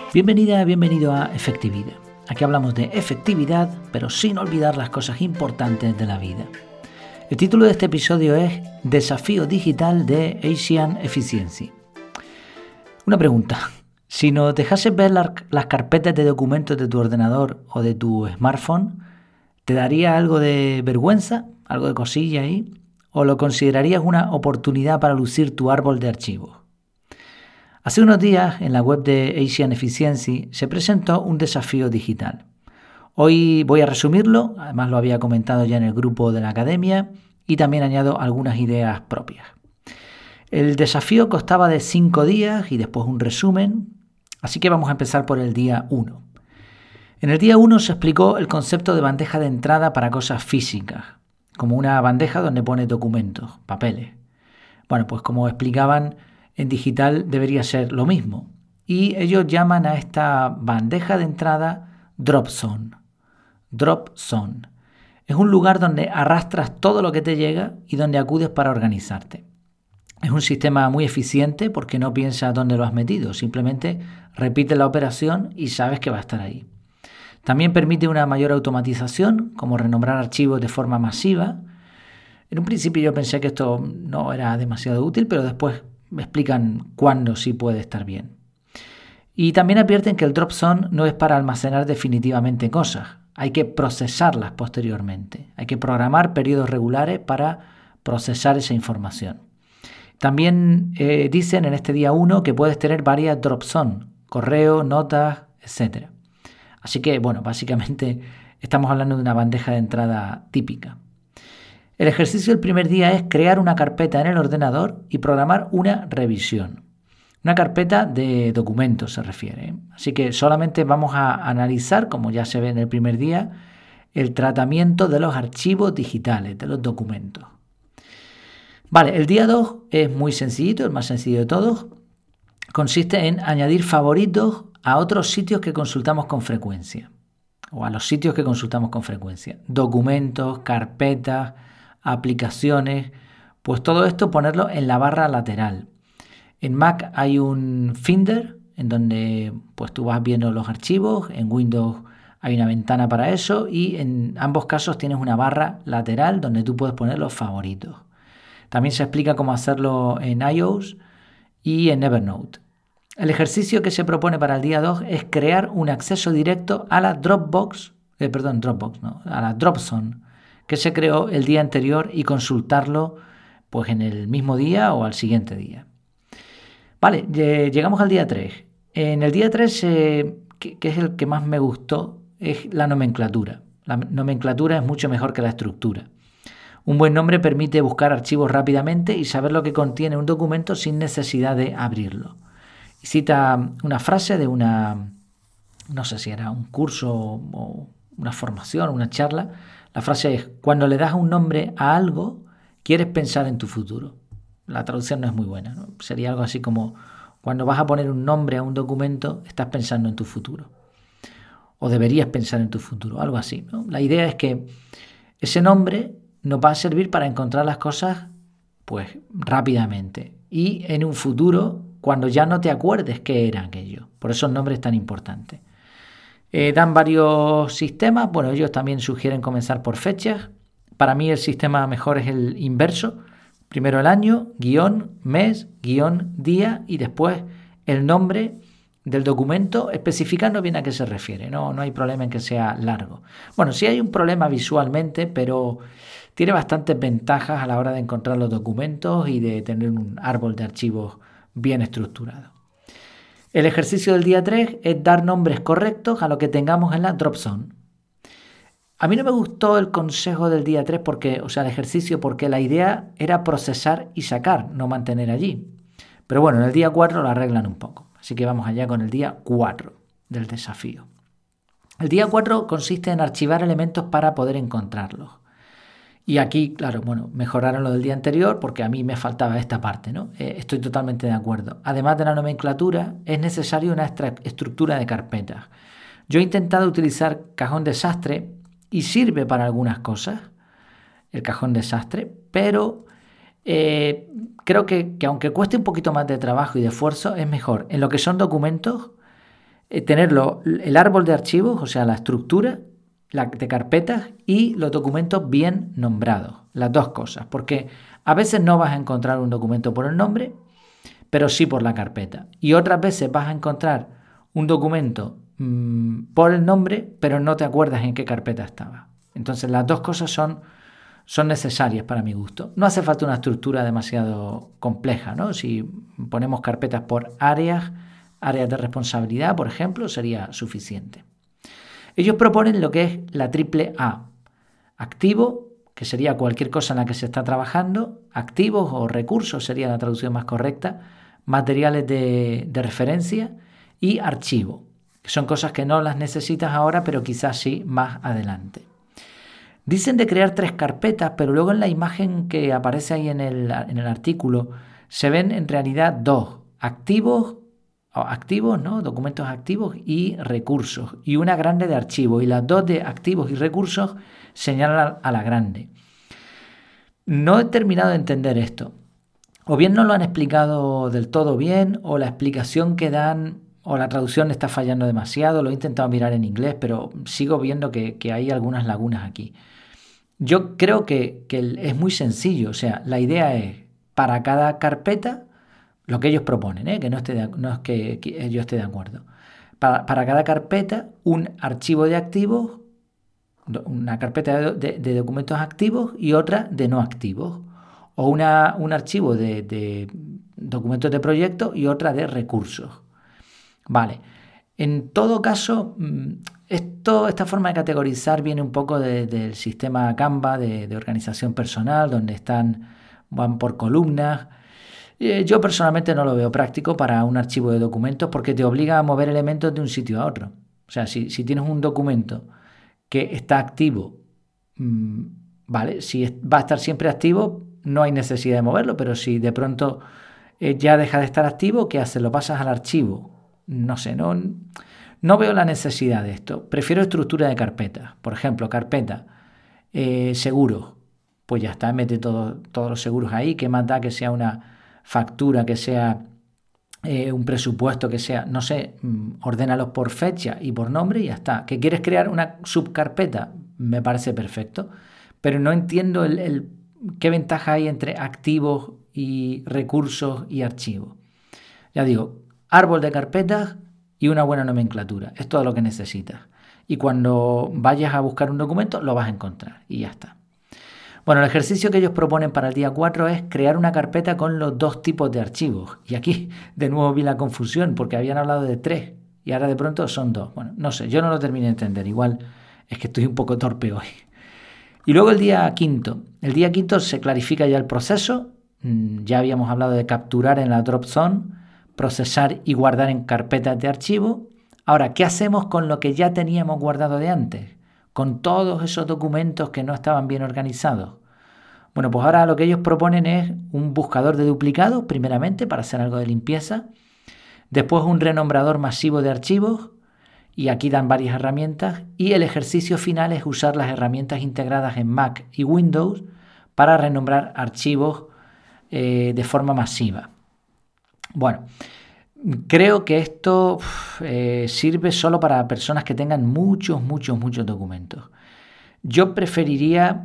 Bienvenida, bienvenido a Efectividad. Aquí hablamos de efectividad, pero sin olvidar las cosas importantes de la vida. El título de este episodio es Desafío Digital de Asian Efficiency. Una pregunta. Si nos dejases ver las carpetas de documentos de tu ordenador o de tu smartphone, ¿te daría algo de vergüenza, algo de cosilla ahí? ¿O lo considerarías una oportunidad para lucir tu árbol de archivos? Hace unos días, en la web de Asian Efficiency, se presentó un desafío digital. Hoy voy a resumirlo, además lo había comentado ya en el grupo de la academia, y también añado algunas ideas propias. El desafío constaba de 5 días y después un resumen, así que vamos a empezar por el día 1. En el día 1 se explicó el concepto de bandeja de entrada para cosas físicas, como una bandeja donde pone documentos, papeles. Bueno, pues como explicaban, en digital debería ser lo mismo. Y ellos llaman a esta bandeja de entrada Drop Zone. Drop Zone. Es un lugar donde arrastras todo lo que te llega y donde acudes para organizarte. Es un sistema muy eficiente porque no piensas dónde lo has metido. Simplemente repites la operación y sabes que va a estar ahí. También permite una mayor automatización, como renombrar archivos de forma masiva. En un principio yo pensé que esto no era demasiado útil, pero después me explican cuándo sí puede estar bien. Y también advierten que el Drop Zone no es para almacenar definitivamente cosas. Hay que procesarlas posteriormente. Hay que programar periodos regulares para procesar esa información. También dicen en este día 1 que puedes tener varias Drop Zone, correo, notas, etc. Así que, bueno, básicamente estamos hablando de una bandeja de entrada típica. El ejercicio del primer día es crear una carpeta en el ordenador y programar una revisión. Una carpeta de documentos se refiere. Así que solamente vamos a analizar, como ya se ve en el primer día, el tratamiento de los archivos digitales, de los documentos. Vale, el día 2 es muy sencillito, el más sencillo de todos. Consiste en añadir favoritos a otros sitios que consultamos con frecuencia. O a los sitios que consultamos con frecuencia. Documentos, carpetas, aplicaciones, pues todo esto ponerlo en la barra lateral. En Mac hay un Finder en donde pues tú vas viendo los archivos, en Windows hay una ventana para eso y en ambos casos tienes una barra lateral donde tú puedes poner los favoritos. También se explica cómo hacerlo en iOS y en Evernote. El ejercicio que se propone para el día 2 es crear un acceso directo a la a la Drop Zone, que se creó el día anterior y consultarlo pues en el mismo día o al siguiente día. Vale, llegamos al día 3. En el día 3, que es el que más me gustó, es la nomenclatura. La nomenclatura es mucho mejor que la estructura. Un buen nombre permite buscar archivos rápidamente y saber lo que contiene un documento sin necesidad de abrirlo. Y cita una frase de no sé si era un curso o una formación, una charla. La frase es: cuando le das un nombre a algo, quieres pensar en tu futuro. La traducción no es muy buena, ¿no? Sería algo así como: cuando vas a poner un nombre a un documento, estás pensando en tu futuro. O deberías pensar en tu futuro, algo así, ¿no? La idea es que ese nombre nos va a servir para encontrar las cosas pues rápidamente. Y en un futuro, cuando ya no te acuerdes qué era aquello. Por eso el nombre es tan importante. Dan varios sistemas. Bueno, ellos también sugieren comenzar por fechas. Para mí el sistema mejor es el inverso. Primero el año, guión, mes, guión, día y después el nombre del documento, especificando bien a qué se refiere. No hay problema en que sea largo. Bueno, sí hay un problema visualmente, pero tiene bastantes ventajas a la hora de encontrar los documentos y de tener un árbol de archivos bien estructurado. El ejercicio del día 3 es dar nombres correctos a lo que tengamos en la Drop Zone. A mí no me gustó el consejo del día 3 el ejercicio, porque la idea era procesar y sacar, no mantener allí. Pero bueno, en el día 4 lo arreglan un poco. Así que vamos allá con el día 4 del desafío. El día 4 consiste en archivar elementos para poder encontrarlos. Y aquí, claro, mejoraron lo del día anterior porque a mí me faltaba esta parte, ¿no? Estoy totalmente de acuerdo. Además de la nomenclatura, es necesaria una estructura de carpetas. Yo he intentado utilizar cajón desastre y sirve para algunas cosas, el cajón desastre, pero creo que aunque cueste un poquito más de trabajo y de esfuerzo, es mejor en lo que son documentos tenerlo, el árbol de archivos, o sea, la estructura de carpetas y los documentos bien nombrados, las dos cosas, porque a veces no vas a encontrar un documento por el nombre, pero sí por la carpeta, y otras veces vas a encontrar un documento por el nombre, pero no te acuerdas en qué carpeta estaba. Entonces las dos cosas son necesarias para mi gusto. No hace falta una estructura demasiado compleja, ¿no? Si ponemos carpetas por áreas de responsabilidad, por ejemplo, sería suficiente. Ellos proponen lo que es la triple A. Activo, que sería cualquier cosa en la que se está trabajando. Activos o recursos sería la traducción más correcta. Materiales de referencia. Y archivo, que son cosas que no las necesitas ahora, pero quizás sí más adelante. Dicen de crear 3 carpetas, pero luego en la imagen que aparece ahí en el artículo se ven en realidad 2. Activos, ¿no? Documentos activos y recursos. Y una grande de archivos. Y las 2 de activos y recursos señalan a la grande. No he terminado de entender esto. O bien no lo han explicado del todo bien, o la explicación que dan, o la traducción está fallando demasiado. Lo he intentado mirar en inglés, pero sigo viendo que hay algunas lagunas aquí. Yo creo que es muy sencillo. O sea, la idea es, para cada carpeta, lo que ellos proponen, que no es que yo esté de acuerdo. Para cada carpeta, un archivo de activos, una carpeta de documentos activos y otra de no activos. O un archivo de documentos de proyecto y otra de recursos. Vale. En todo caso, esta forma de categorizar viene un poco del sistema Canva de organización personal, donde van por columnas. Yo personalmente no lo veo práctico para un archivo de documentos porque te obliga a mover elementos de un sitio a otro. O sea, si tienes un documento que está activo, vale, si va a estar siempre activo, no hay necesidad de moverlo, pero si de pronto ya deja de estar activo, ¿qué haces? Lo pasas al archivo. No sé, no veo la necesidad de esto. Prefiero estructura de carpetas. Por ejemplo, carpeta, seguros. Pues ya está, mete todos los seguros ahí. ¿Qué más da que sea una factura, que sea un presupuesto, que sea, no sé, ordénalos por fecha y por nombre y ya está? ¿Que quieres crear una subcarpeta? Me parece perfecto. Pero no entiendo qué ventaja hay entre activos y recursos y archivos. Ya digo, árbol de carpetas y una buena nomenclatura. Es todo lo que necesitas. Y cuando vayas a buscar un documento, lo vas a encontrar. Y ya está. Bueno, el ejercicio que ellos proponen para el día 4 es crear una carpeta con los 2 tipos de archivos. Y aquí de nuevo vi la confusión porque habían hablado de 3 y ahora de pronto son 2. Bueno, no sé, yo no lo terminé de entender. Igual es que estoy un poco torpe hoy. Y luego el día 5. El día 5 se clarifica ya el proceso. Ya habíamos hablado de capturar en la drop zone, procesar y guardar en carpetas de archivo. Ahora, ¿qué hacemos con lo que ya teníamos guardado de antes? Con todos esos documentos que no estaban bien organizados. Bueno, pues ahora lo que ellos proponen es un buscador de duplicados, primeramente, para hacer algo de limpieza. Después un renombrador masivo de archivos. Y aquí dan varias herramientas. Y el ejercicio final es usar las herramientas integradas en Mac y Windows para renombrar archivos de forma masiva. Bueno, creo que esto sirve solo para personas que tengan muchos documentos. Yo preferiría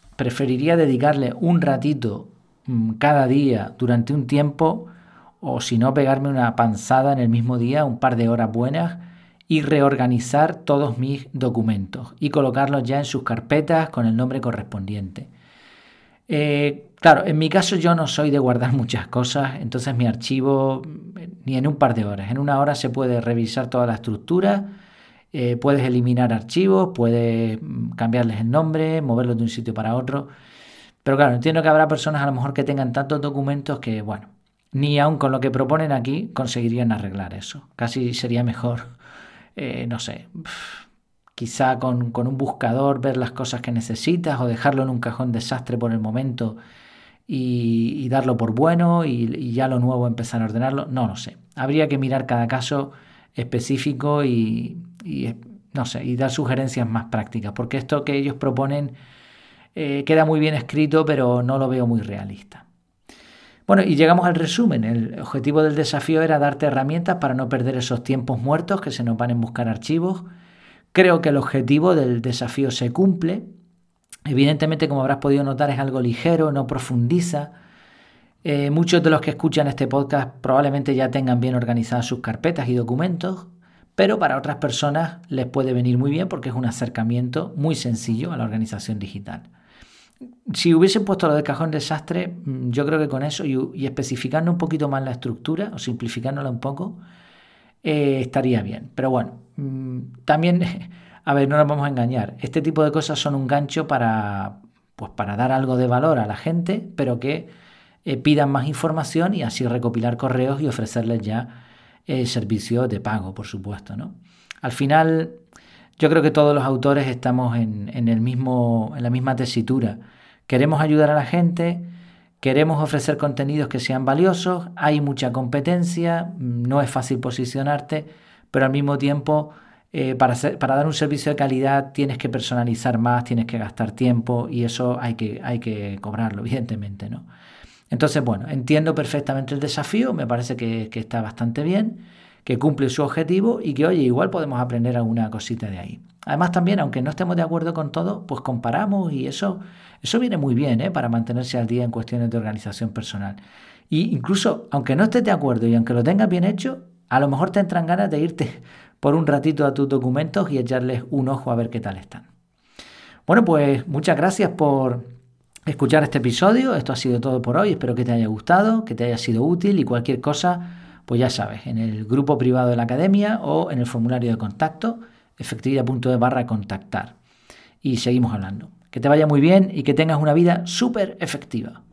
dedicarle un ratito cada día durante un tiempo, o si no, pegarme una panzada en el mismo día, un par de horas buenas, y reorganizar todos mis documentos y colocarlos ya en sus carpetas con el nombre correspondiente. Claro, en mi caso yo no soy de guardar muchas cosas, entonces mi archivo ni en un par de horas. En una hora se puede revisar toda la estructura, puedes eliminar archivos, puedes cambiarles el nombre, moverlos de un sitio para otro. Pero claro, entiendo que habrá personas a lo mejor que tengan tantos documentos que, bueno, ni aun con lo que proponen aquí conseguirían arreglar eso. Casi sería mejor, no sé, quizá con un buscador ver las cosas que necesitas o dejarlo en un cajón desastre por el momento y darlo por bueno y ya lo nuevo empezar a ordenarlo. No lo sé. Habría que mirar cada caso específico y no sé, y dar sugerencias más prácticas, porque esto que ellos proponen queda muy bien escrito, pero no lo veo muy realista. Bueno, y llegamos al resumen. El objetivo del desafío era darte herramientas para no perder esos tiempos muertos que se nos van en buscar archivos. Creo que el objetivo del desafío se cumple. Evidentemente, como habrás podido notar, es algo ligero, no profundiza. Muchos de los que escuchan este podcast probablemente ya tengan bien organizadas sus carpetas y documentos, pero para otras personas les puede venir muy bien porque es un acercamiento muy sencillo a la organización digital. Si hubiesen puesto lo de cajón desastre, yo creo que con eso y especificando un poquito más la estructura o simplificándola un poco, estaría bien. Pero bueno, también, a ver, no nos vamos a engañar. Este tipo de cosas son un gancho para dar algo de valor a la gente, pero que pidan más información y así recopilar correos y ofrecerles ya servicios de pago, por supuesto, ¿no? Al final, yo creo que todos los autores estamos en la misma tesitura. Queremos ayudar a la gente, queremos ofrecer contenidos que sean valiosos, hay mucha competencia, no es fácil posicionarte, pero al mismo tiempo para dar un servicio de calidad tienes que personalizar más, tienes que gastar tiempo y eso hay que cobrarlo, evidentemente, ¿no? Entonces, bueno, entiendo perfectamente el desafío, me parece que está bastante bien, que cumple su objetivo y que, oye, igual podemos aprender alguna cosita de ahí. Además, también, aunque no estemos de acuerdo con todo, pues comparamos y eso viene muy bien, para mantenerse al día en cuestiones de organización personal. Y incluso, aunque no estés de acuerdo y aunque lo tengas bien hecho, a lo mejor te entran ganas de irte por un ratito a tus documentos y echarles un ojo a ver qué tal están. Bueno, pues muchas gracias por escuchar este episodio. Esto ha sido todo por hoy. Espero que te haya gustado, que te haya sido útil y cualquier cosa, pues ya sabes, en el grupo privado de la academia o en el formulario de contacto, efectividad.es/contactar. Y seguimos hablando. Que te vaya muy bien y que tengas una vida súper efectiva.